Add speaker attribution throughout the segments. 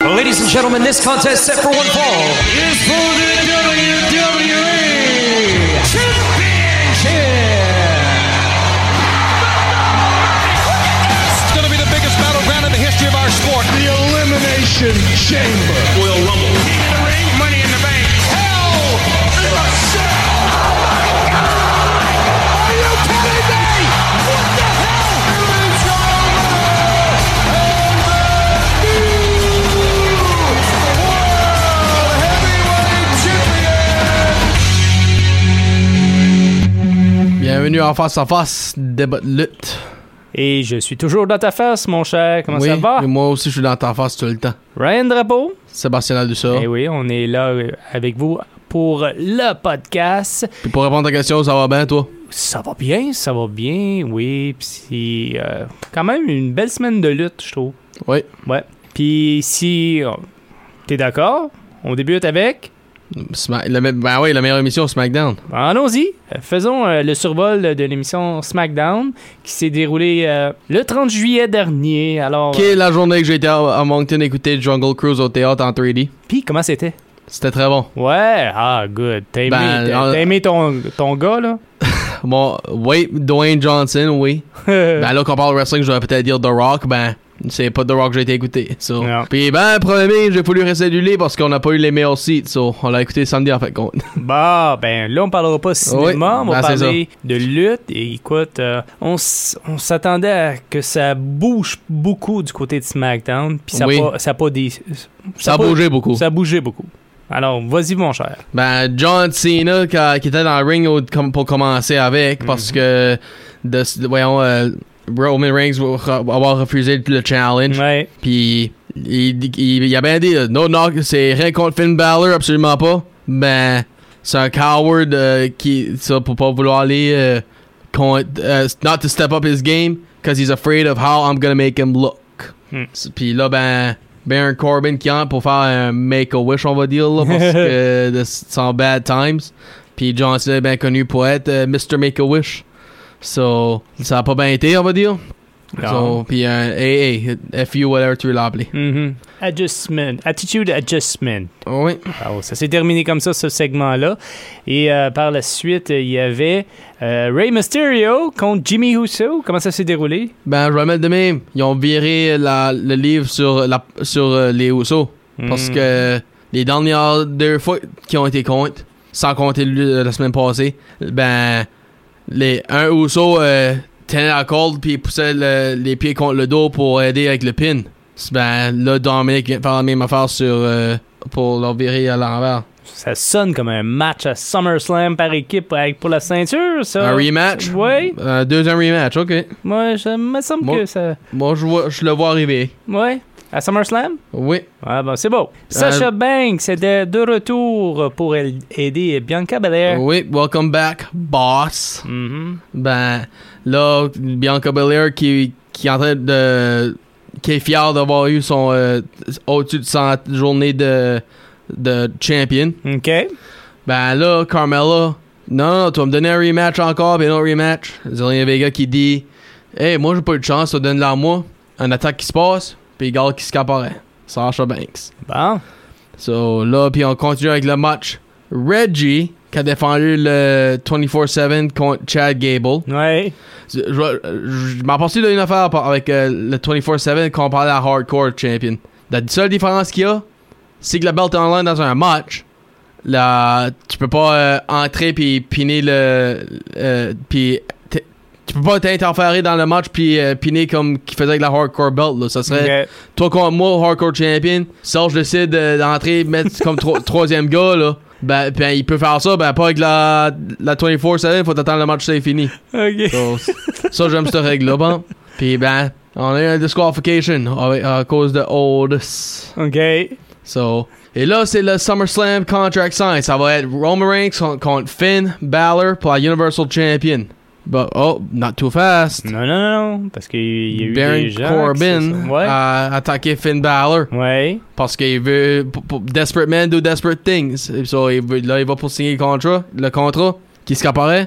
Speaker 1: Ladies and gentlemen, this contest set for one fall is for the WWE Championship.
Speaker 2: It's going to be the biggest battleground in the history of our sport.
Speaker 3: The Elimination Chamber.
Speaker 2: Royal Rumble.
Speaker 4: King of the Ring, Money in the Bank.
Speaker 3: Hell in a Cell. Oh my God! Are you kidding me? What the hell? It's over! And the new World Heavyweight Champion.
Speaker 5: Bienvenue en face à face, débat de lutte.
Speaker 6: Et je suis toujours dans ta face, mon cher. Comment ça va?
Speaker 5: Et moi aussi, je suis dans ta face tout le temps.
Speaker 6: Ryan Drapeau.
Speaker 5: Sébastien Aldussa.
Speaker 6: Eh oui, on est là avec vous pour le podcast.
Speaker 5: Puis pour répondre à ta question, ça va bien, toi?
Speaker 6: Ça va bien, oui. Puis c'est quand même une belle semaine de lutte, je trouve.
Speaker 5: Oui.
Speaker 6: Ouais. Puis si t'es d'accord, on débute avec...
Speaker 5: La meilleure émission SmackDown.
Speaker 6: Allons-y. Faisons le survol de l'émission SmackDown qui s'est déroulée le 30 juillet dernier. Alors,
Speaker 5: Qui est la journée que j'ai été à Moncton écouter Jungle Cruise au théâtre en 3D?
Speaker 6: puis comment c'était?
Speaker 5: C'était très bon.
Speaker 6: Ouais, good. T'as aimé, t'as aimé ton gars, là?
Speaker 5: Bon, oui, Dwayne Johnson, oui. Ben là, quand on parle wrestling, je devrais peut-être dire The Rock, ben... C'est pas The Rock que j'ai été écouté. So.
Speaker 6: Non.
Speaker 5: Puis ben, premier, j'ai voulu recéduler parce qu'on n'a pas eu les meilleurs seats. So, on l'a écouté samedi en fait compte.
Speaker 6: Bah, ben là, on parlera pas cinéma,
Speaker 5: Oui,
Speaker 6: on va
Speaker 5: ben,
Speaker 6: parler de lutte. Et écoute, on s'attendait à que ça bouge beaucoup du côté de SmackDown. Puis ça
Speaker 5: Oui.
Speaker 6: a pas des...
Speaker 5: Ça a bougé beaucoup.
Speaker 6: Ça a bougé beaucoup. Alors, vas-y, mon cher.
Speaker 5: Ben, John Cena qui était dans le ring pour commencer avec parce que Roman Reigns va avoir refusé le challenge.
Speaker 6: Ouais.
Speaker 5: Puis il a bien dit no knock, c'est rien contre Finn Balor, absolument pas. Ben, c'est un coward pour pas vouloir aller not to step up his game because he's afraid of how I'm gonna make him look. Puis là, ben, Baron Corbin qui entre pour faire un make-a-wish, on va dire, là, parce que de son bad times. Puis John Cena est bien connu pour être Mr. Make-a-Wish. So, ça a pas bien été, on va dire. So, puis hey, FU, whatever tu veux l'appeler.
Speaker 6: Adjustment. Attitude adjustment.
Speaker 5: Oui.
Speaker 6: Alors, ça s'est terminé comme ça, ce segment-là. Et par la suite, il y avait Rey Mysterio contre Jimmy Uso. Comment ça s'est déroulé?
Speaker 5: Ben, je vais le mettre de même. Ils ont viré le livre sur les Usos. Parce que les dernières 2 fois qui ont été contre, sans compter la semaine passée, ben, un Uso tenait la corde puis poussait les pieds contre le dos pour aider avec le pin. Ben, là, Dominic vient faire la même affaire pour leur virer à l'envers.
Speaker 6: Ça sonne comme un match à SummerSlam par équipe pour la ceinture, ça.
Speaker 5: Un rematch?
Speaker 6: Oui.
Speaker 5: Deuxième rematch, ok.
Speaker 6: Moi, ça me semble que ça...
Speaker 5: Moi, je le vois arriver.
Speaker 6: Ouais. À SummerSlam?
Speaker 5: Oui.
Speaker 6: Ah, ben, c'est beau. Sasha Banks était de retour pour aider Bianca Belair.
Speaker 5: Oui, welcome back, boss. Ben, là, Bianca Belair qui est en train de... qui est fière d'avoir eu son... au-dessus de sa journée de champion.
Speaker 6: OK.
Speaker 5: Ben là, Carmella, non, tu vas me donner un rematch encore, puis un autre rematch. Zelina Vega qui dit, hey, moi j'ai pas eu de chance, tu donnes-la à moi. Un attaque qui se passe, puis Gal qui s'apparaît. Sasha Banks.
Speaker 6: Bon.
Speaker 5: So là, puis on continue avec le match. Reggie, qui a défendu le 24/7 contre Chad Gable.
Speaker 6: Ouais.
Speaker 5: Je m'en pensais d'une affaire avec le 24/7 qu'on parlait à Hardcore Champion. La seule différence qu'il y a, c'est que la belt est en ligne dans un match. Là, tu peux pas entrer puis piner puis tu peux pas t'interférer dans le match puis piner comme qu'il faisait avec la Hardcore belt. Là. Ça serait toi contre moi, Hardcore Champion. Serge décide d'entrer, mettre comme troisième gars là. Ben, il peut faire ça, ben pas avec la 24/7, faut attendre le match c'est fini.
Speaker 6: OK.
Speaker 5: So, ça, j'aime cette règle-là, bon. Puis ben, on a eu une disqualification à cause de Oldest.
Speaker 6: OK.
Speaker 5: So, et là, c'est le SummerSlam contract sign. Ça va être Roman Reigns contre Finn Balor pour la Universal Champion. But, not too fast.
Speaker 6: Non, parce qu'il y a eu
Speaker 5: Baron
Speaker 6: des gens
Speaker 5: Corbin
Speaker 6: ouais.
Speaker 5: a attaqué Finn Balor.
Speaker 6: Ouais. Parce
Speaker 5: qu'il veut... Desperate men do desperate things. So, il va pour signer le contrat. Qui se apparaît?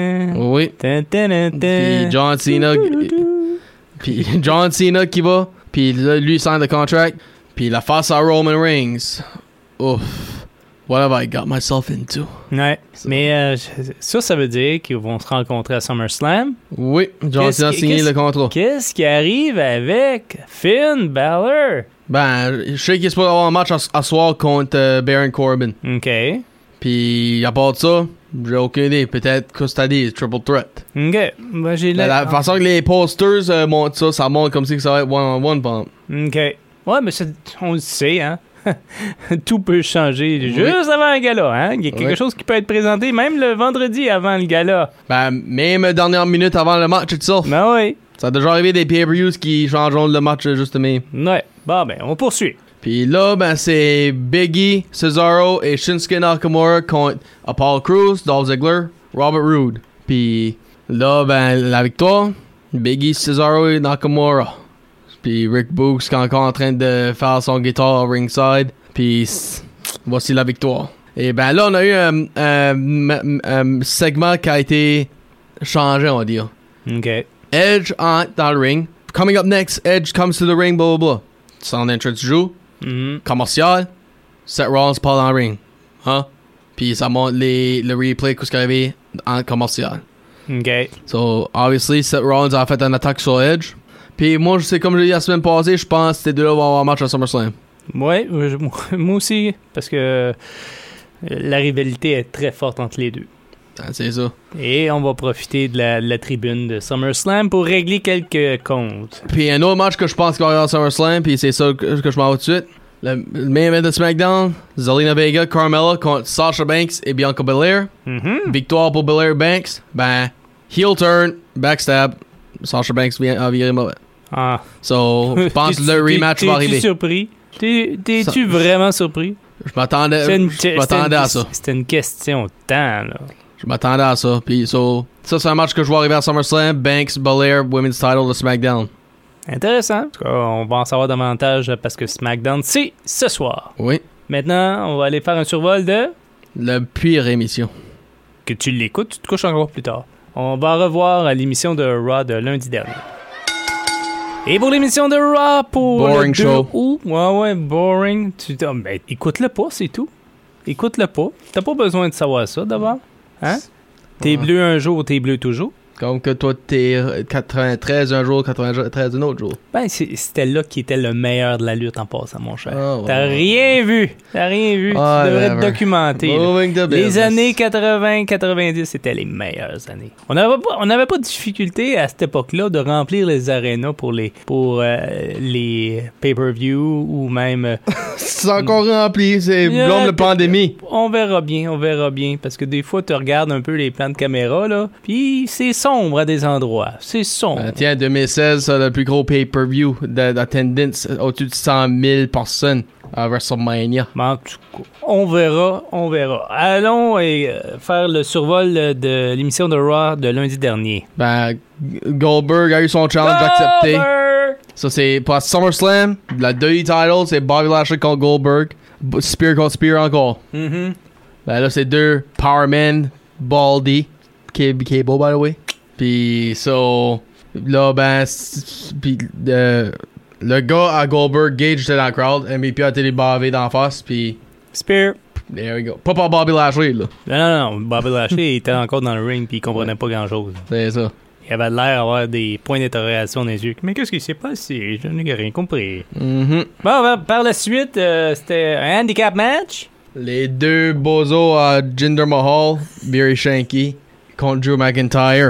Speaker 5: Oui. Puis John Cena... Puis John Cena qui va... Puis là, lui, il signe le contract. Puis la face à Roman Reigns. Ouf. What have I got myself into?
Speaker 6: Ouais. Mais ça veut dire qu'ils vont se rencontrer à SummerSlam.
Speaker 5: Oui, John Cena a signé le contrat.
Speaker 6: Qu'est-ce qui arrive avec Finn Balor?
Speaker 5: Ben, je sais qu'il est supposé avoir un match à soir contre Baron Corbin.
Speaker 6: OK.
Speaker 5: Puis, à part de ça, j'ai aucune idée. Peut-être que t'as dit Triple Threat.
Speaker 6: OK. Ben, j'ai
Speaker 5: La façon que les posters montrent ça montre comme si ça va être one-on-one.
Speaker 6: OK. Ouais, mais on le sait, hein? Tout peut changer juste avant un gala, hein? Il y a quelque chose qui peut être présenté même le vendredi avant le gala.
Speaker 5: Ben, même dernière minute avant le match et tout ça.
Speaker 6: Ben oui.
Speaker 5: Ça a déjà arrivé des pay-per-views qui changeront le match juste même.
Speaker 6: Ouais. Bon, ben, on poursuit.
Speaker 5: Puis là, ben, c'est Big E, Cesaro et Shinsuke Nakamura contre Apollo Crews, Dolph Ziggler, Robert Roode. Puis là, ben, la victoire, Big E, Cesaro et Nakamura. Puis Rick Books qui est encore en train de faire son guitar au ringside. Puis voici la victoire. Et ben là, on a eu un segment qui a été changé, on va dire.
Speaker 6: OK.
Speaker 5: Edge entre dans le ring. Coming up next, Edge comes to the ring, blah blah blah. Son entrance joue. Commercial. Seth Rollins part dans le ring. Hein? Puis ça montre le replay qu'est-ce qui est arrivé en commercial.
Speaker 6: OK.
Speaker 5: So, obviously, Seth Rollins a fait une attaque sur Edge. Puis moi, je sais, comme je l'ai dit la semaine passée, je pense que ces deux-là vont avoir un match à SummerSlam.
Speaker 6: Ouais, moi aussi, parce que la rivalité est très forte entre les deux.
Speaker 5: Ah, c'est ça.
Speaker 6: Et on va profiter de la tribune de SummerSlam pour régler quelques comptes.
Speaker 5: Puis un autre match que je pense qu'il va y avoir à SummerSlam, puis c'est ça que je m'en vais tout de suite. Le main event de SmackDown, Zelina Vega, Carmella contre Sasha Banks et Bianca Belair. Victoire pour Belair Banks. Ben, heel turn, backstab. Sasha Banks a viré mauvais.
Speaker 6: Ah.
Speaker 5: So, je pense que le rematch va arriver.
Speaker 6: T'es-tu surpris? T'es-tu vraiment surpris?
Speaker 5: Je m'attendais à ça.
Speaker 6: C'était une question de temps, là.
Speaker 5: Je m'attendais à ça. Puis, ça, c'est un match que je vois arriver à SummerSlam. Banks, Belair, Women's Title de SmackDown.
Speaker 6: Intéressant. En tout cas, on va en savoir davantage parce que SmackDown, c'est ce soir.
Speaker 5: Oui.
Speaker 6: Maintenant, on va aller faire un survol de...
Speaker 5: La pire émission.
Speaker 6: Que tu l'écoutes, tu te couches encore plus tard. On va revoir l'émission de Raw de lundi dernier. Et pour l'émission de Raw pour
Speaker 5: boring
Speaker 6: le 2
Speaker 5: show.
Speaker 6: août, ouais, boring. Ben, écoute-le pas, c'est tout. Écoute-le pas. T'as pas besoin de savoir ça d'abord. Hein? T'es bleu un jour, t'es bleu toujours.
Speaker 5: Comme que toi, t'es 93 un jour, 93 un autre jour.
Speaker 6: Ben, c'était là qui était le meilleur de la lutte en passant, mon cher.
Speaker 5: Oh,
Speaker 6: T'as rien vu. Tu devrais te documenter. Les années 80-90, c'était les meilleures années. On n'avait pas de difficulté à cette époque-là de remplir les arénas pour les pay-per-view ou même...
Speaker 5: C'est encore rempli, c'est blâme la pandémie.
Speaker 6: On verra bien, parce que des fois, tu regardes un peu les plans de caméra, là, puis c'est sombre à des endroits. C'est sombre.
Speaker 5: Tiens, 2016, c'est le plus gros pay-per-view d'attendance, au-dessus de 100 000 personnes à WrestleMania.
Speaker 6: En tout cas, on verra. Allons faire le survol de l'émission de Raw de lundi dernier.
Speaker 5: Ben, Goldberg a eu son challenge accepté. Ça, c'est pour SummerSlam. La WWE title, c'est Bobby Lashley contre Goldberg. Spear contre Spear encore. Ben là, c'est deux Power Men, Baldy, qui est beau, by the way. Puis, là, ben, puis le gars à Goldberg, Gage était dans la crowd. MVP a été bavé d'en face, puis...
Speaker 6: Spear.
Speaker 5: There we go. Pas par Bobby Lashley, là.
Speaker 6: Non. Bobby Lashley était encore dans le ring, puis il comprenait pas grand-chose.
Speaker 5: C'est ça.
Speaker 6: Il avait l'air d'avoir des points d'interrogation dans les yeux. Mais qu'est-ce qui s'est passé? Je n'ai rien compris. Bon, par la suite, c'était un handicap match.
Speaker 5: Les deux bozos à Jinder Mahal, Beery Shanky, contre Drew McIntyre.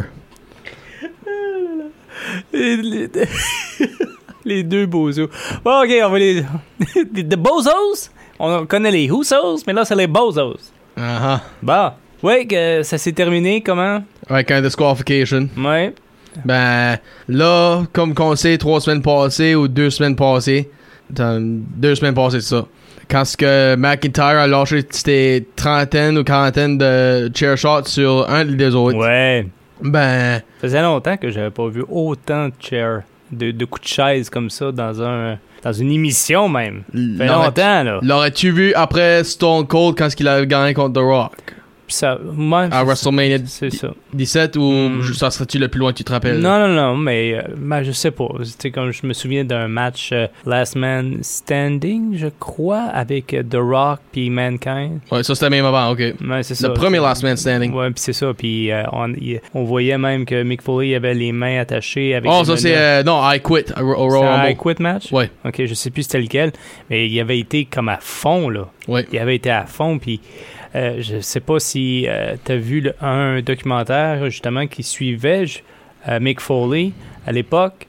Speaker 6: Les deux bozos. Bon, OK, on va les... The bozos? On connaît les Usos, mais là, c'est les bozos. Bon. Oui, ça s'est terminé, comment?
Speaker 5: Avec un disqualification.
Speaker 6: Ouais.
Speaker 5: Ben, là, comme qu'on sait, 3 semaines passées ou 2 semaines passées, 2 semaines passées, c'est ça. Quand ce que McIntyre a lâché c'était trentaine ou quarantaine de chair shots sur un des autres.
Speaker 6: Ouais.
Speaker 5: Ben...
Speaker 6: Ça faisait longtemps que j'avais pas vu autant de chair, de coups de chaise comme ça dans une émission même. Ça fait longtemps, là.
Speaker 5: L'aurais-tu vu après Stone Cold quand il avait gagné contre The Rock?
Speaker 6: Ça, moi,
Speaker 5: à WrestleMania
Speaker 6: c'est ça.
Speaker 5: 17 ou ça serait-tu le plus loin que tu te rappelles?
Speaker 6: Non, mais je sais pas. C'est comme je me souviens d'un match Last Man Standing, je crois, avec The Rock puis Mankind.
Speaker 5: Ouais, ça c'était même avant, ok.
Speaker 6: Ouais, c'est ça.
Speaker 5: Le premier Last Man Standing.
Speaker 6: Ouais, puis c'est ça. Puis on voyait même que Mick Foley avait les mains attachées avec.
Speaker 5: Oh, ça c'est non, I Quit.
Speaker 6: Un I Quit match?
Speaker 5: Ouais.
Speaker 6: Ok, je sais plus c'était lequel, mais il avait été comme à fond là.
Speaker 5: Ouais.
Speaker 6: Il avait été à fond, puis. Je sais pas si tu as vu un documentaire justement qui suivait Mick Foley à l'époque.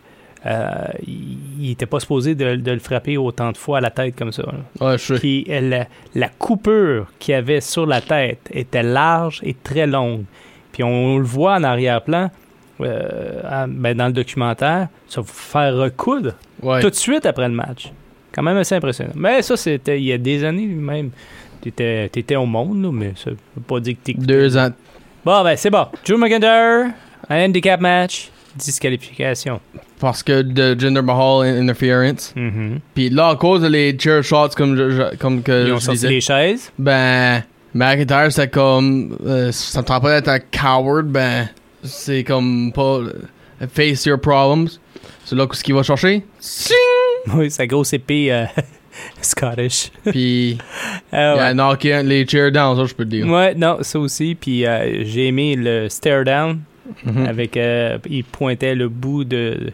Speaker 6: Il était pas supposé de le frapper autant de fois à la tête comme ça.
Speaker 5: Là. Ouais, je sais.
Speaker 6: Puis la coupure qu'il y avait sur la tête était large et très longue. Puis on le voit en arrière-plan dans le documentaire, ça va faire recoudre tout de suite après le match. Quand même assez impressionnant. Mais ça, c'était il y a des années même. T'étais au monde, là, mais ça veut pas dire que t'es...
Speaker 5: 2 ans.
Speaker 6: Bon, ben, c'est bon. Drew McIntyre, un handicap match, disqualification.
Speaker 5: Parce que de Jinder Mahal interference.
Speaker 6: Mm-hmm.
Speaker 5: Puis là, à cause des chair shots, comme que
Speaker 6: ils ont sorti les chaises.
Speaker 5: Ben, McIntyre, c'est comme... ça me tente pas d'être un coward, ben... C'est comme pas... face your problems. C'est là ce qu'il va chercher.
Speaker 6: Oui, sa grosse épée... Scottish.
Speaker 5: Puis, il a knocké les chairs down, ça, je peux te dire.
Speaker 6: Ouais, non, ça aussi. Puis, j'ai aimé le stare down.
Speaker 5: Mm-hmm.
Speaker 6: Avec, il pointait le bout de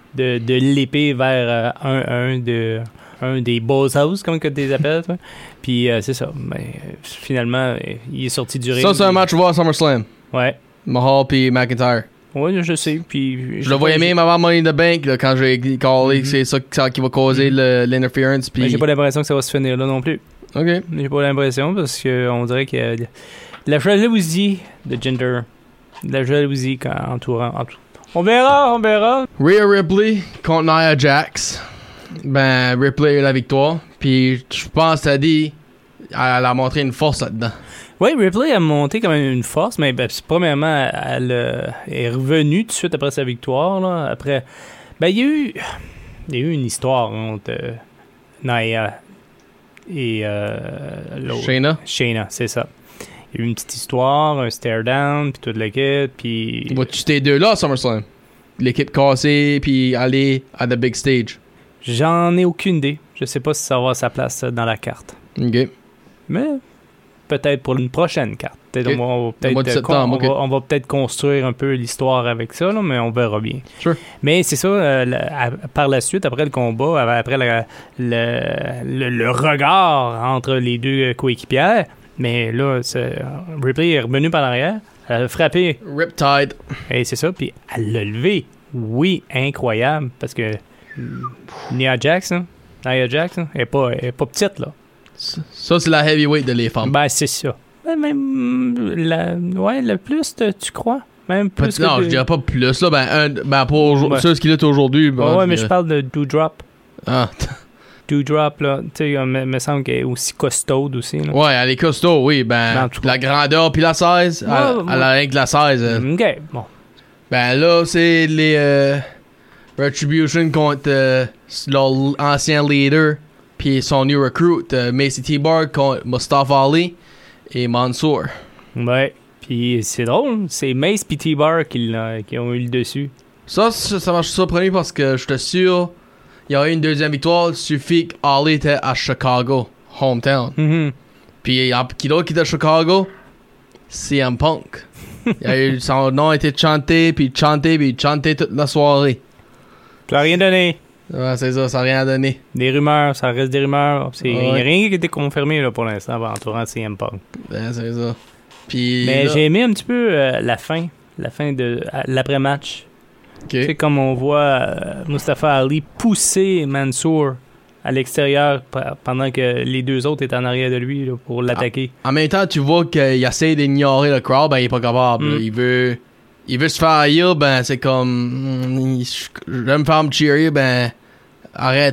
Speaker 6: l'épée vers un des boss house, comme que tu les appelles, toi. Puis, c'est ça. Mais, finalement, il est sorti du ring.
Speaker 5: Ça, c'est un match à SummerSlam.
Speaker 6: Ouais.
Speaker 5: Mahal puis McIntyre.
Speaker 6: Oui, je sais. Puis
Speaker 5: je le voyais même avant Money in the Bank là, quand j'ai callé que c'est ça qui va causer l'interference.
Speaker 6: Mais j'ai pas l'impression que ça va se finir là non plus.
Speaker 5: Ok.
Speaker 6: J'ai pas l'impression parce qu'on dirait qu'il y a la jalousie de Jinder. La jalousie entourant. On verra.
Speaker 5: Rhea Ripley contre Nia Jax. Ben, Ripley a eu la victoire. Puis je pense que t'as dit elle a montré une force là-dedans.
Speaker 6: Oui, Ripley a monté quand même une force, mais premièrement, elle est revenue tout de suite après sa victoire. Là. Après, il y a eu une histoire entre Nia et l'autre. Shayna, c'est ça. Il y a eu une petite histoire, un stare down, puis toute l'équipe, puis...
Speaker 5: Vois-tu ces deux-là à SummerSlam? L'équipe cassée, puis aller à the big stage.
Speaker 6: J'en ai aucune idée. Je sais pas si ça va avoir sa place dans la carte.
Speaker 5: OK.
Speaker 6: Mais... peut-être pour une prochaine carte.
Speaker 5: Okay.
Speaker 6: On va peut-être construire un peu l'histoire avec ça, là, mais on verra bien.
Speaker 5: Sure.
Speaker 6: Mais c'est ça, par la suite, après le combat, après le regard entre les deux coéquipières, mais là, Ripley est revenu par l'arrière, elle a frappé.
Speaker 5: Riptide. Et
Speaker 6: c'est ça, puis elle l'a levé. Oui, incroyable, parce que Nia Jax, elle est pas petite, là.
Speaker 5: Ça, c'est la heavyweight de les femmes.
Speaker 6: Ben, c'est ça. Même le plus, tu crois? Même plus
Speaker 5: non, je dirais pas plus. Là, pour ceux qui luttent aujourd'hui.
Speaker 6: Mais je parle de Doudrop.
Speaker 5: Ah.
Speaker 6: Doudrop, là, tu sais, il me semble qu'elle est aussi costaude aussi. Là.
Speaker 5: Ouais, elle est costaud, oui. Ben, la grandeur puis la size. Elle a rien que la size.
Speaker 6: OK, bon.
Speaker 5: Ben là, c'est les Retribution contre leur ancien leader. Puis son new recruit, Macy T-Bar contre Mustafa Ali et Mansour.
Speaker 6: Ouais, puis c'est drôle, c'est Mace et T-Bar qui ont eu le dessus.
Speaker 5: Ça m'a surpris parce que je suis sûr il y aurait eu une deuxième victoire, il suffit qu'Ali était à Chicago, hometown.
Speaker 6: Mm-hmm.
Speaker 5: Puis qui d'autre qui était à Chicago? CM Punk. Son nom a été chanté toute la soirée.
Speaker 6: Ça n'a rien donné.
Speaker 5: Ouais, c'est ça n'a rien donné.
Speaker 6: Des rumeurs, ça reste des rumeurs. Il n'y a rien qui a été confirmé là, pour l'instant entourant CM Punk.
Speaker 5: Ben, c'est ça. Puis,
Speaker 6: mais là, j'ai aimé un petit peu la fin de l'après-match.
Speaker 5: Okay.
Speaker 6: C'est comme on voit Mustafa Ali pousser Mansour à l'extérieur pendant que les deux autres étaient en arrière de lui là, pour l'attaquer.
Speaker 5: En même temps, tu vois qu'il essaie d'ignorer le crowd, ben il est pas capable. Il veut se faire haïr, ben c'est comme je vais me faire me cheerer, ben arrête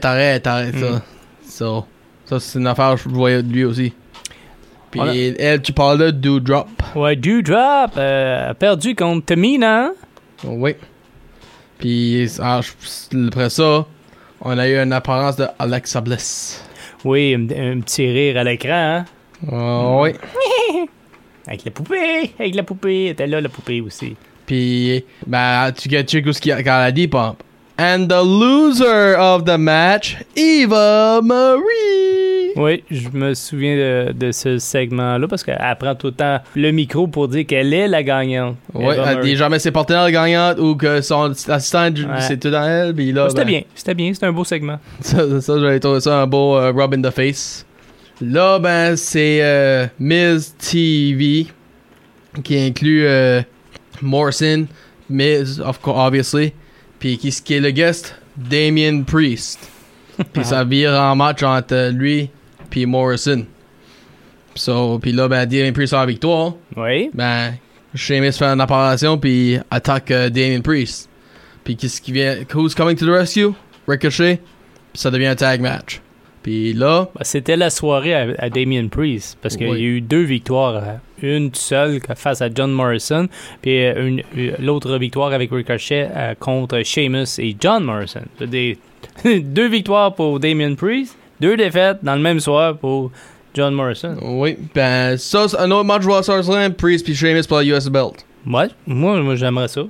Speaker 5: ça. Ça c'est une affaire que je voyais de lui aussi. Puis elle, tu parles de Doudrop.
Speaker 6: Ouais, Doudrop a perdu contre Tamina.
Speaker 5: Oui. Puis après ça, on a eu une apparence de Alexa Bliss.
Speaker 6: Oui, un petit rire à l'écran, hein?
Speaker 5: Oui.
Speaker 6: Avec la poupée! Avec la poupée! Elle était là, la poupée aussi.
Speaker 5: Puis, ben, tu check ce qu'elle a dit, Pomp. And the loser of the match, Eva Marie!
Speaker 6: Oui, je me souviens de ce segment-là parce qu'elle prend tout le temps le micro pour dire qu'elle est la gagnante.
Speaker 5: Oui, elle dit jamais ses partenaires gagnantes ou que son assistant, c'est tout dans elle. Puis là,
Speaker 6: c'était bien, c'était un beau segment.
Speaker 5: Ça j'avais trouvé ça un beau rub in the face. Là, ben, c'est Miz TV qui inclut Morrison, Miz, obviously, puis qui est le guest, Damien Priest. Puis ça vire en match entre lui puis Morrison. Puis là, ben, Damien Priest a la victoire.
Speaker 6: Oui.
Speaker 5: Ben, Sheamus fait une apparition puis attaque Damien Priest. Puis qu'est-ce qui vient? Who's coming to the rescue? Ricochet. Puis ça devient un tag match. Puis là...
Speaker 6: Ben, c'était la soirée à Damien Priest, parce qu'il y a eu 2 victoires. Une seule face à John Morrison, puis l'autre victoire avec Ricochet contre Sheamus et John Morrison. 2 victoires pour Damien Priest, 2 défaites dans le même soir pour John Morrison.
Speaker 5: Oui, ben ça, c'est un autre match Raw SummerSlam, Priest puis Sheamus pour la US Belt.
Speaker 6: Ouais, moi j'aimerais ça.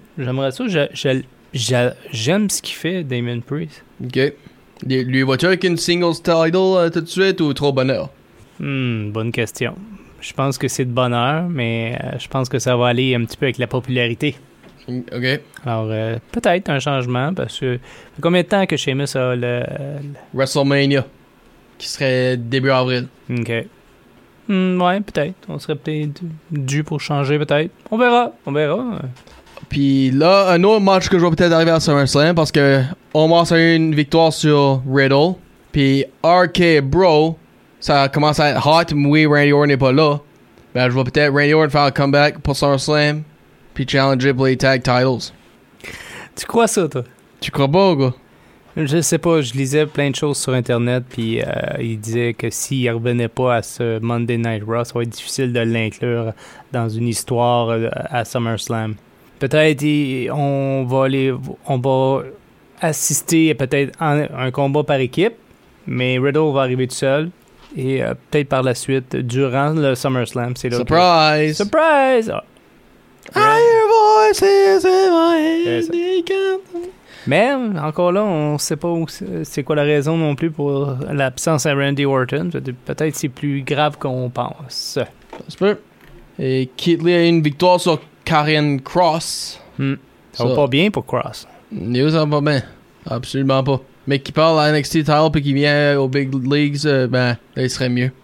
Speaker 6: J'aime ce qu'il fait, Damien Priest.
Speaker 5: OK. Lui, vois-tu avec une singles title tout de suite ou trop bonheur?
Speaker 6: Bonne question. Je pense que c'est de bonheur, mais je pense que ça va aller un petit peu avec la popularité.
Speaker 5: OK.
Speaker 6: Alors, peut-être un changement, parce que... Combien de temps que Sheamus a le...
Speaker 5: WrestleMania, qui serait début avril.
Speaker 6: OK. Ouais, peut-être. On serait peut-être dû pour changer, peut-être. On verra.
Speaker 5: Puis là, un autre match que je vais peut-être arriver à SummerSlam, parce que Omos a eu une victoire sur Riddle, puis RK Bro, ça commence à être hot, mais oui, Randy Orton n'est pas là. Ben, je vais peut-être Randy Orton faire un comeback pour SummerSlam, puis challenger pour les tag titles.
Speaker 6: Tu crois ça, toi?
Speaker 5: Tu crois pas, gars?
Speaker 6: Je sais pas, je lisais plein de choses sur Internet, puis il disait que s'il revenait pas à ce Monday Night Raw, ça va être difficile de l'inclure dans une histoire à SummerSlam. Peut-être on va assister à peut-être un combat par équipe, mais Riddle va arriver tout seul. Et peut-être par la suite, durant le SummerSlam, c'est là.
Speaker 5: Surprise!
Speaker 6: Surprise! Oh.
Speaker 5: I hear voices in my head.
Speaker 6: Mais encore là, on sait pas c'est quoi la raison non plus pour l'absence à Randy Orton. Peut-être c'est plus grave qu'on pense.
Speaker 5: Ça se peut. Et Keith Lee a une victoire sur Karrion Kross.
Speaker 6: Ça va pas bien pour Kross.
Speaker 5: Ça va pas bien. Absolument pas. Mais qui parle à NXT title puis qui vient aux Big Leagues, ben, là, il serait mieux.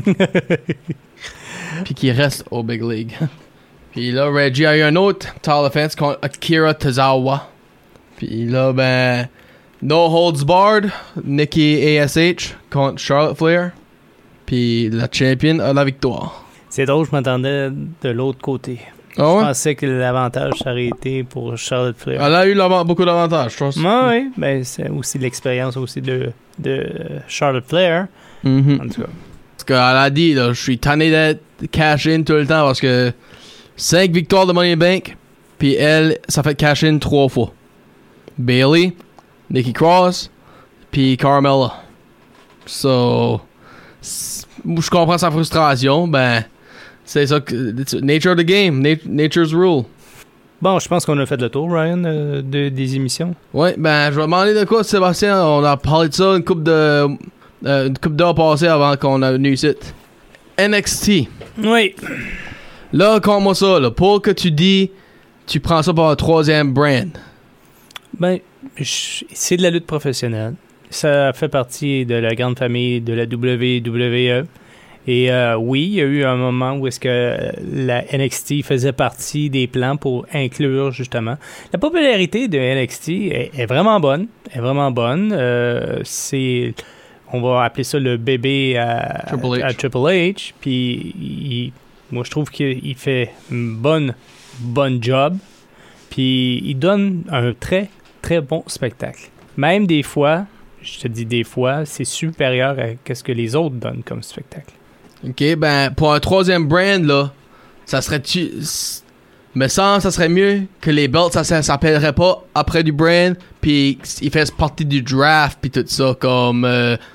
Speaker 5: Puis qui reste aux Big Leagues. Puis là, Reggie a eu un autre title offense contre Akira Tozawa. Puis là, ben, No Holds Barred, Nikki ASH contre Charlotte Flair. Puis la championne a la victoire.
Speaker 6: C'est drôle, je m'attendais de l'autre côté.
Speaker 5: Ah ouais?
Speaker 6: Je pensais que l'avantage aurait été pour Charlotte Flair.
Speaker 5: Elle a eu beaucoup d'avantages, je pense.
Speaker 6: Oui, ben, c'est aussi l'expérience aussi de Charlotte Flair.
Speaker 5: Mm-hmm.
Speaker 6: En tout cas.
Speaker 5: Parce qu'elle a dit, là, je suis tanné d'être cash-in tout le temps parce que 5 victoires de Money in the Bank, puis elle, ça fait cash-in 3 fois. Bayley, Nikki Cross, puis Carmella. So, je comprends sa frustration, ben, c'est ça que, nature of the game, nature's rule.
Speaker 6: Bon, je pense qu'on a fait le tour, Ryan, des émissions.
Speaker 5: Ouais, ben, je vais demander de quoi, Sébastien, on a parlé de ça une couple d'heures passées avant qu'on a venu ici. NXT.
Speaker 6: Oui.
Speaker 5: Là, comment ça, là, pour que tu dis, tu prends ça pour un 3e brand.
Speaker 6: Ben, c'est de la lutte professionnelle. Ça fait partie de la grande famille de la WWE. Et oui, il y a eu un moment où est-ce que la NXT faisait partie des plans pour inclure, justement. La popularité de NXT est vraiment bonne. On va appeler ça le bébé à Triple H. Puis, moi, je trouve qu'il fait une bonne job. Puis, il donne un très, très bon spectacle. Même des fois, je te dis des fois, c'est supérieur à ce que les autres donnent comme spectacle.
Speaker 5: OK, ben, pour un 3e brand, là, ça serait... Mais ça serait mieux que les belts, ça s'appellerait pas après du brand, puis il fait partie du draft, puis tout ça, comme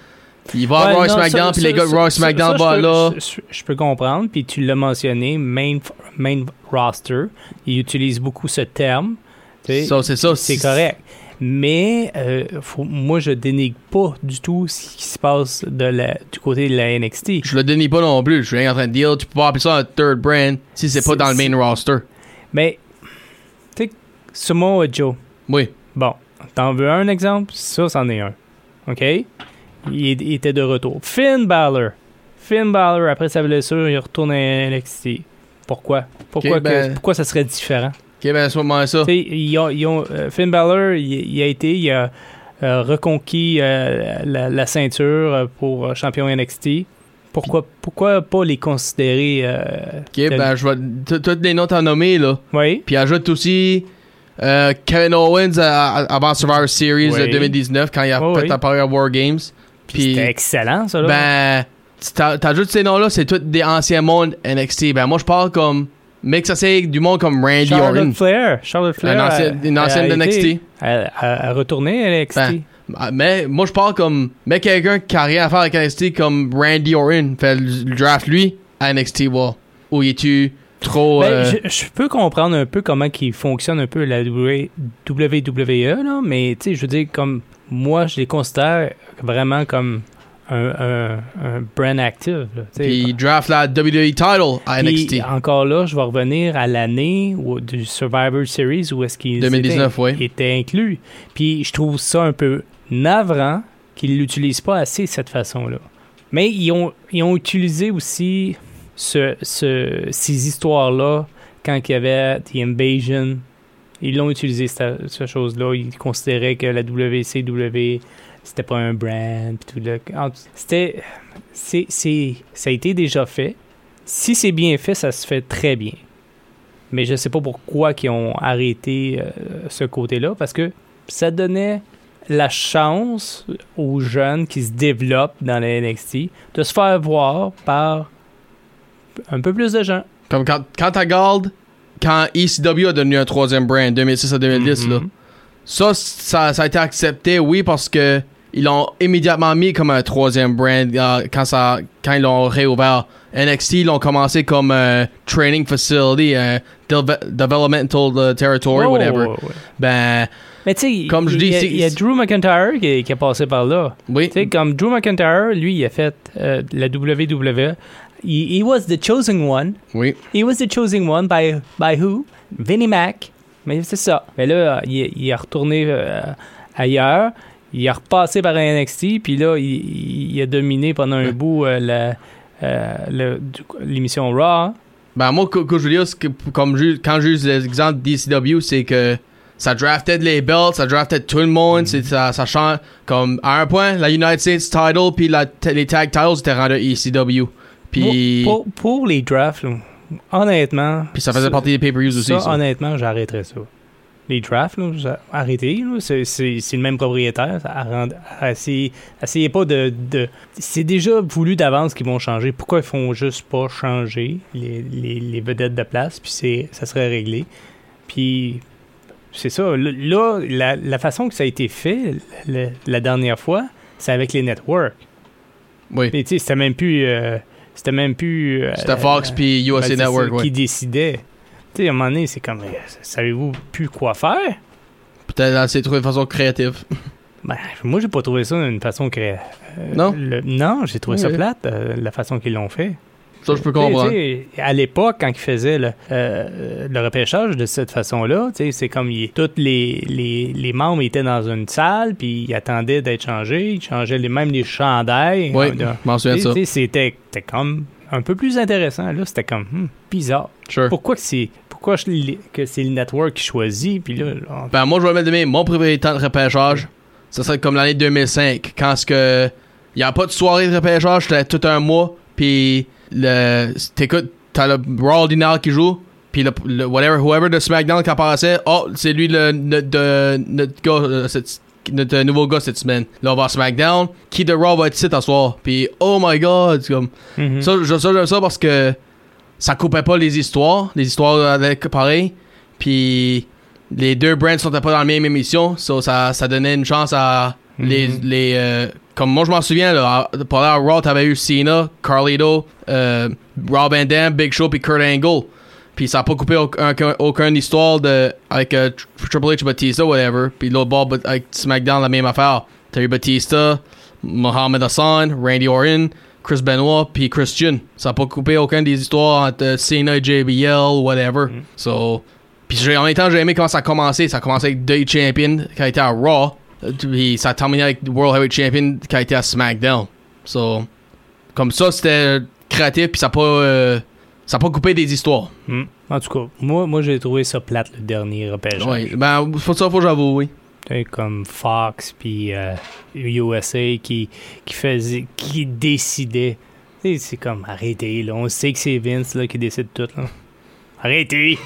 Speaker 5: Il va avoir SmackDown, puis les gars de Raw SmackDown vont là.
Speaker 6: Je peux comprendre, puis tu l'as mentionné, main roster. Il utilise beaucoup ce terme.
Speaker 5: Ça, c'est ça.
Speaker 6: C'est correct. Mais moi, je dénigre pas du tout ce qui se passe du côté de la NXT.
Speaker 5: Je le dénigre pas non plus. Je suis rien en train de dire, tu peux pas appeler ça un third brand si c'est pas dans le main roster.
Speaker 6: Mais, tu sais, Samoa Joe.
Speaker 5: Oui.
Speaker 6: Bon, t'en veux un exemple? Ça, c'en est un. OK? Il était de retour. Finn Balor, après sa blessure, il retourne à NXT. Pourquoi? Pourquoi ça serait différent?
Speaker 5: OK, ben à ce moment-là, ça.
Speaker 6: Finn Balor, il a reconquis la ceinture pour champion NXT. Pourquoi pas les considérer...
Speaker 5: OK, ben je vais... Toutes les notes à nommer, là.
Speaker 6: Oui.
Speaker 5: Puis ajoute aussi Kevin Owens avant Survivor Series 2019, quand il a fait apparaître à War Games.
Speaker 6: Puis c'était excellent, ça, là.
Speaker 5: Ben, t'ajoutes ces noms-là, c'est tous des anciens mondes NXT. Ben, moi, je parle comme... Mais que ça c'est du monde comme Randy Orton.
Speaker 6: Charlotte Flair.
Speaker 5: Une ancienne de NXT.
Speaker 6: Elle a retourné à NXT.
Speaker 5: Ben, mais moi, je parle comme... Mais quelqu'un qui a rien à faire avec NXT comme Randy Orton. Fait le draft, lui, à NXT, où il est-tu trop...
Speaker 6: Je peux comprendre un peu comment il fonctionne un peu la WWE, là, mais tu sais, je veux dire, comme... Moi, je les considère vraiment comme... Un brand active.
Speaker 5: Puis il draft la WWE title à NXT.
Speaker 6: Encore là, je vais revenir à l'année du Survivor Series où est-ce qu'il
Speaker 5: 2019,
Speaker 6: était inclus. Puis je trouve ça un peu navrant qu'ils l'utilisent pas assez de cette façon-là. Mais ils ont utilisé aussi ces histoires-là quand il y avait The Invasion. Ils l'ont utilisé, cette chose-là. Ils considéraient que la WCW... C'était pas un brand, pis tout là. Ça a été déjà fait. Si c'est bien fait, ça se fait très bien. Mais je sais pas pourquoi ils ont arrêté ce côté-là, parce que ça donnait la chance aux jeunes qui se développent dans la NXT de se faire voir par un peu plus de gens.
Speaker 5: Comme quand tu regardes, quand ECW a devenu un troisième brand, 2006 à 2010, là, ça a été accepté, oui, parce que ils l'ont immédiatement mis comme un troisième brand quand ils l'ont réouvert. NXT, ils l'ont commencé comme un training facility, un developmental territory, whatever. Ben,
Speaker 6: mais tu sais,
Speaker 5: comme je dis,
Speaker 6: il y a Drew McIntyre qui est passé par là.
Speaker 5: Oui.
Speaker 6: Tu sais, comme Drew McIntyre, lui, il a fait la WWE. He was the chosen one.
Speaker 5: Oui.
Speaker 6: He was the chosen one by who? Vinnie Mac. Mais c'est ça. Mais là, il est retourné ailleurs. Il a repassé par un NXT, puis là, il a dominé pendant un bout l'émission Raw.
Speaker 5: Ben moi, que je veux dire, quand j'use l'exemple d'ECW, c'est que ça draftait les belts, ça draftait tout le monde, ça change. Comme à un point, la United States title puis les tag titles étaient rendus ECW. Puis
Speaker 6: pour les drafts, là, honnêtement...
Speaker 5: Puis ça faisait partie des pay-per-views aussi.
Speaker 6: Ça, honnêtement, j'arrêterais ça. Les drafts, là, arrêtez, là, c'est le même propriétaire. Essayez pas de... C'est déjà voulu d'avance qu'ils vont changer. Pourquoi ils font juste pas changer les vedettes de place, puis ça serait réglé. Puis c'est ça. Là, la façon que ça a été fait la dernière fois, c'est avec les networks.
Speaker 5: Oui.
Speaker 6: Mais tu sais, c'était même plus...
Speaker 5: c'était Fox puis USA Network,
Speaker 6: qui décidait. Tu sais, à un moment donné, c'est comme... savez-vous plus quoi faire?
Speaker 5: Peut-être c'est trouvé de façon créative.
Speaker 6: Ben, moi, j'ai pas trouvé ça d'une façon créative.
Speaker 5: Non?
Speaker 6: Non, j'ai trouvé ça plate, la façon qu'ils l'ont fait.
Speaker 5: Ça, je peux comprendre.
Speaker 6: À l'époque, quand ils faisaient le repêchage de cette façon-là, c'est comme tous les membres étaient dans une salle, puis ils attendaient d'être changés. Ils changeaient même les chandails.
Speaker 5: Oui, je m'en souviens de ça.
Speaker 6: C'était comme un peu plus intéressant. Là, c'était comme bizarre.
Speaker 5: Sure.
Speaker 6: Pourquoi que c'est le network qui choisit, puis là...
Speaker 5: Ben, moi, je vais mettre mon préféré temps de repêchage. Ça serait comme l'année 2005, quand il n'y a pas de soirée de repêchage, c'était tout un mois, puis t'écoutes, t'as le Raw Dinner qui joue, puis whoever de SmackDown qui apparaissait, c'est lui notre gars, notre nouveau gars cette semaine. Là, on va à SmackDown, qui de Raw va être ici ce soir, puis oh my god, c'est comme... Ça, j'aime ça parce que ça coupait pas les histoires avec pareil, puis les deux brands sont pas dans la même émission, ça donnait une chance à les comme moi je m'en souviens, là, pour aller à Raw, t'avais eu Cena, Carlito, Rob Van Dam, Big Show puis Kurt Angle. Puis ça a pas coupé aucune histoire avec Triple H, Batista, whatever. Puis l'autre bord avec SmackDown, la même affaire. T'as eu Batista, Mohamed Hassan, Randy Orton, Chris Benoit, puis Christian. Ça a pas coupé aucune des histoires entre Cena et JBL, whatever. So, puis en même temps, j'ai aimé comment ça a commencé. Ça a commencé avec Day Champion qui a été à Raw. Puis ça a terminé avec World Heavyweight Champion qui a été à SmackDown. So, comme ça, c'était créatif, puis ça a pas coupé des histoires.
Speaker 6: En tout cas, moi j'ai trouvé ça plate, le dernier repêchage.
Speaker 5: Oui, ben, faut que j'avoue, oui.
Speaker 6: Comme Fox puis USA qui décidait. C'est comme, arrêtez, là. On sait que c'est Vince là, qui décide tout, là. Arrêtez!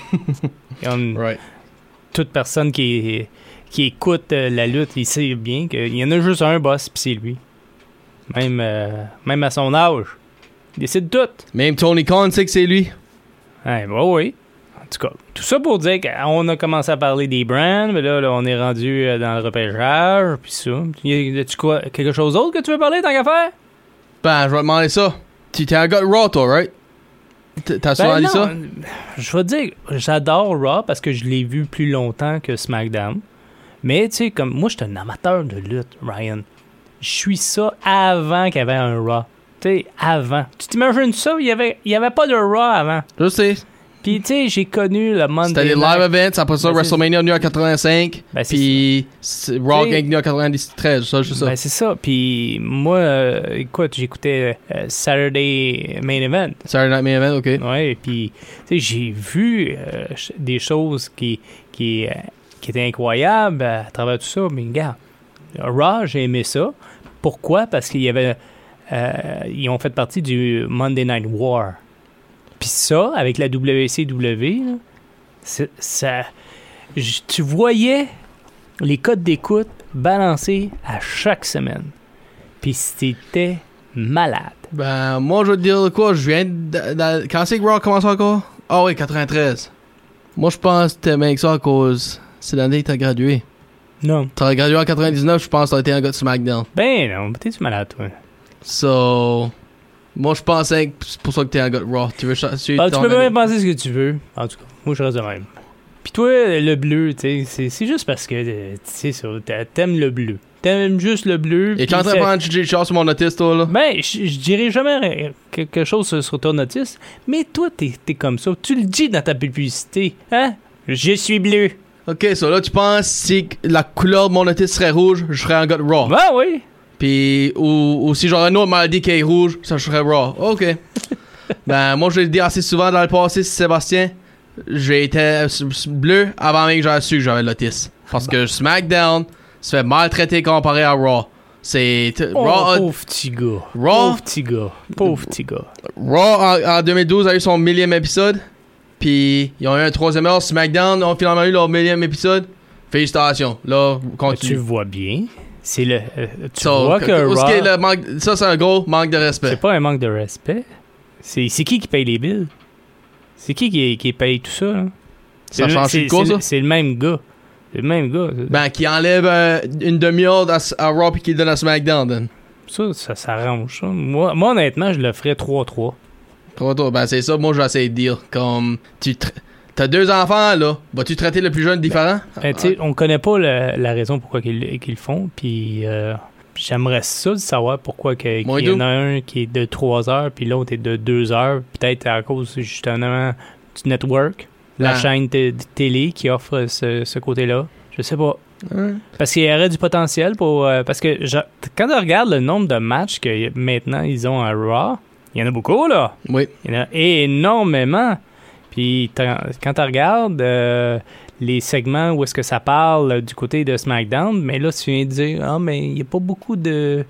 Speaker 6: Toute personne qui écoute la lutte, il sait bien qu'il y en a juste un boss, puis c'est lui. Même à son âge. Il décide tout.
Speaker 5: Même Tony Khan sait que c'est lui.
Speaker 6: Ouais, bah oui. En tout cas, tout ça pour dire qu'on a commencé à parler des brands, mais là on est rendu dans le repêchage, puis ça. As-tu quoi, quelque chose d'autre que tu veux parler, tant qu'à faire?
Speaker 5: Ben, je vais te demander ça. Tu t'es un gars de Raw, toi, right? T'as souvent dit ça?
Speaker 6: Je vais te dire, j'adore Raw parce que je l'ai vu plus longtemps que SmackDown. Mais, tu sais, comme moi, je suis un amateur de lutte, Ryan. Je suis ça avant qu'il y avait un Raw. Tu sais, avant. Tu t'imagines ça? Il y avait pas de Raw avant.
Speaker 5: Je sais.
Speaker 6: Puis, tu sais, j'ai connu le Monday
Speaker 5: C'était des live events, après ça, WrestleMania venu en 85, puis Raw venu en 93, ça, je sais ça.
Speaker 6: Ben, c'est ça. Puis, moi, écoute, j'écoutais Saturday Main Event.
Speaker 5: Saturday Night Main Event, OK.
Speaker 6: Ouais, puis, tu sais, j'ai vu des choses qui étaient incroyables à travers tout ça, mais regarde, Raw, j'ai aimé ça. Pourquoi? Parce qu'il y avait... ils ont fait partie du Monday Night War. Puis ça, avec la WCW, là, tu voyais les codes d'écoute balancer à chaque semaine. Puis c'était malade.
Speaker 5: Ben, moi, je veux te dire quoi, je viens quand c'est que Raw commence encore? Ah oui, 93. Moi, je pense que t'aimais que ça à cause... C'est l'année que t'as gradué.
Speaker 6: Non.
Speaker 5: T'as gradué en 99, je pense que t'as été un gars de SmackDown.
Speaker 6: Ben non, t'es-tu malade, toi?
Speaker 5: So... Moi, je pensais que c'est pour ça que t'es un gars de Raw. Tu
Speaker 6: peux même penser ce que tu veux. En tout cas, moi, je reste de même. Puis toi, le bleu, tu sais, c'est juste parce que, tu sais ça, t'aimes le bleu. T'aimes juste le bleu.
Speaker 5: Et quand t'as pas un DJ Shaw sur mon notice, toi, là?
Speaker 6: Ben, je dirais jamais quelque chose sur ton notice, mais toi, t'es comme ça. Tu le dis dans ta publicité, hein? Je suis bleu.
Speaker 5: Ok, so là, tu penses si la couleur de mon notice serait rouge, je serais un gars de Raw?
Speaker 6: Ben oui.
Speaker 5: Puis, ou si j'aurais une autre maladie qui est rouge, ça serait Raw. OK. Ben, moi, je l'ai dit assez souvent dans le passé, Sébastien. J'ai été bleu avant même que j'avais su que j'avais l'autisme. Parce que SmackDown se fait maltraiter comparé à Raw. C'est... Raw,
Speaker 6: pauvre petit gars.
Speaker 5: Raw,
Speaker 6: Pauvre petit gars.
Speaker 5: Raw, en 2012, a eu son 1000e épisode. Puis, ils ont eu un 3e heure. SmackDown ont finalement eu leur 1000e épisode. Félicitations. Là, continue.
Speaker 6: Tu vois bien... C'est le. Tu vois que Raw,
Speaker 5: ça, c'est un gros manque de respect.
Speaker 6: C'est pas un manque de respect. C'est qui paye les billes? C'est qui paye tout ça? Là?
Speaker 5: Ça change quoi, ça?
Speaker 6: C'est le même gars. C'est le même gars.
Speaker 5: Ben, qui enlève une demi-heure à Raw et qui le donne à SmackDown.
Speaker 6: Ça s'arrange. Ça. Moi, honnêtement, je le ferais 3-3.
Speaker 5: 3-3, ben c'est ça, moi, j'essaie de dire. Comme, t'as 2 enfants, là. Vas-tu traiter le plus jeune différent?
Speaker 6: Ben, tu sais, on connaît pas la raison pourquoi qu'ils le font, puis j'aimerais ça de savoir pourquoi qu'il y en a un qui est de 3 heures, puis l'autre est de 2 heures. Peut-être à cause, justement, du network, la chaîne de télé qui offre ce côté-là. Je sais pas. Parce qu'il y aurait du potentiel pour... parce que quand tu regardes le nombre de matchs que maintenant ils ont à Raw, il y en a beaucoup, là.
Speaker 5: Oui.
Speaker 6: Il y en a énormément. Puis quand tu regardes les segments où est-ce que ça parle du côté de SmackDown, mais là, tu viens de dire, mais il n'y a pas beaucoup de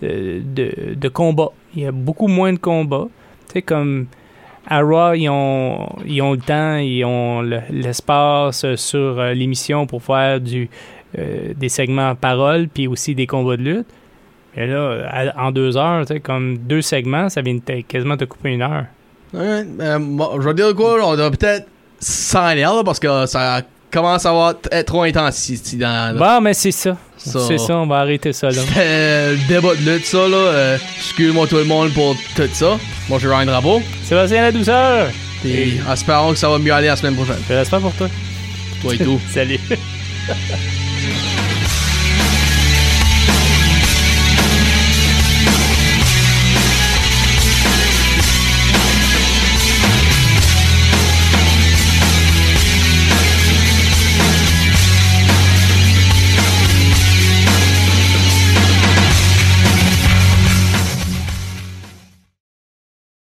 Speaker 6: combats. Il y a beaucoup moins de combats. Tu sais, comme à Raw, ils ont le temps, ils ont l'espace sur l'émission pour faire des segments paroles, puis aussi des combats de lutte. Et là, en 2 heures, tu sais, comme 2 segments, ça vient quasiment te couper 1 heure.
Speaker 5: Ouais, je vais dire quoi, on doit peut-être s'en aller là, parce que ça commence à être trop intense ici.
Speaker 6: Bon, mais c'est ça. C'est ça, on va arrêter ça, là.
Speaker 5: C'était le débat de lutte, ça, là. Excuse-moi tout le monde pour tout ça. Moi, je suis Ryan Drapeau.
Speaker 6: Sébastien La Douceur.
Speaker 5: Et espérons que ça va mieux aller la semaine prochaine.
Speaker 6: Je l'espère pour toi.
Speaker 5: Toi et tout.
Speaker 6: Salut.